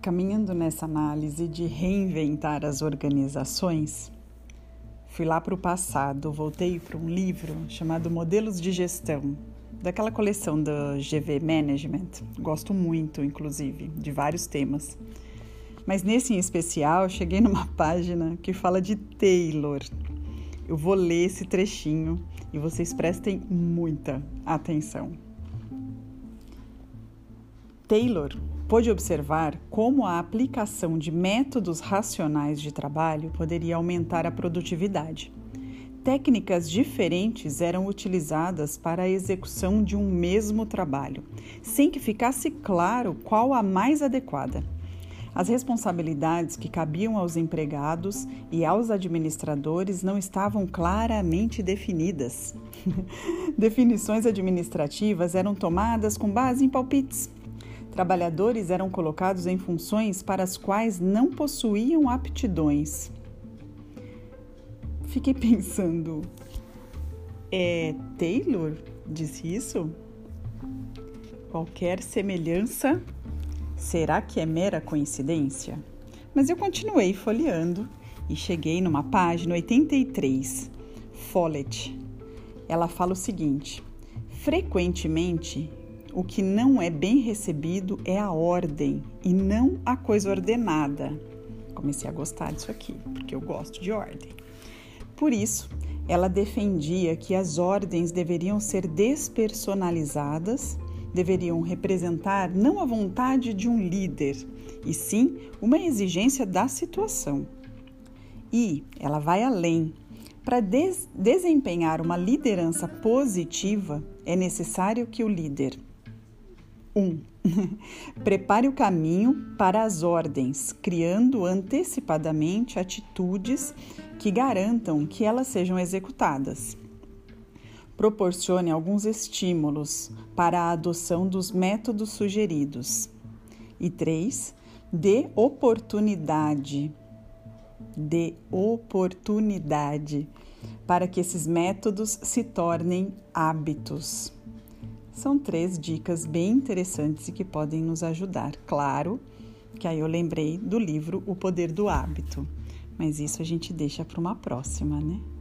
Caminhando nessa análise de reinventar as organizações, fui lá para o passado, voltei para um livro chamado Modelos de Gestão, daquela coleção da GV Management. Gosto muito, inclusive, de vários temas. Mas nesse em especial, cheguei numa página que fala de Taylor. Eu vou ler esse trechinho e vocês prestem muita atenção. Taylor pôde observar como a aplicação de métodos racionais de trabalho poderia aumentar a produtividade. Técnicas diferentes eram utilizadas para a execução de um mesmo trabalho, sem que ficasse claro qual a mais adequada. As responsabilidades que cabiam aos empregados e aos administradores não estavam claramente definidas. Definições administrativas eram tomadas com base em palpites. Trabalhadores eram colocados em funções para as quais não possuíam aptidões. Fiquei pensando, Taylor disse isso? Qualquer semelhança, será que é mera coincidência? Mas eu continuei folheando e cheguei numa página 83, Follett. Ela fala o seguinte: frequentemente, o que não é bem recebido é a ordem e não a coisa ordenada. Comecei a gostar disso aqui, porque eu gosto de ordem. Por isso, ela defendia que as ordens deveriam ser despersonalizadas, deveriam representar não a vontade de um líder, e sim uma exigência da situação. E ela vai além. Para desempenhar uma liderança positiva, é necessário que o líder 1. Prepare o caminho para as ordens, criando antecipadamente atitudes que garantam que elas sejam executadas. Proporcione alguns estímulos para a adoção dos métodos sugeridos. E 3. Dê oportunidade para que esses métodos se tornem hábitos. São 3 dicas bem interessantes e que podem nos ajudar. Claro que aí eu lembrei do livro O Poder do Hábito, mas isso a gente deixa para uma próxima, né?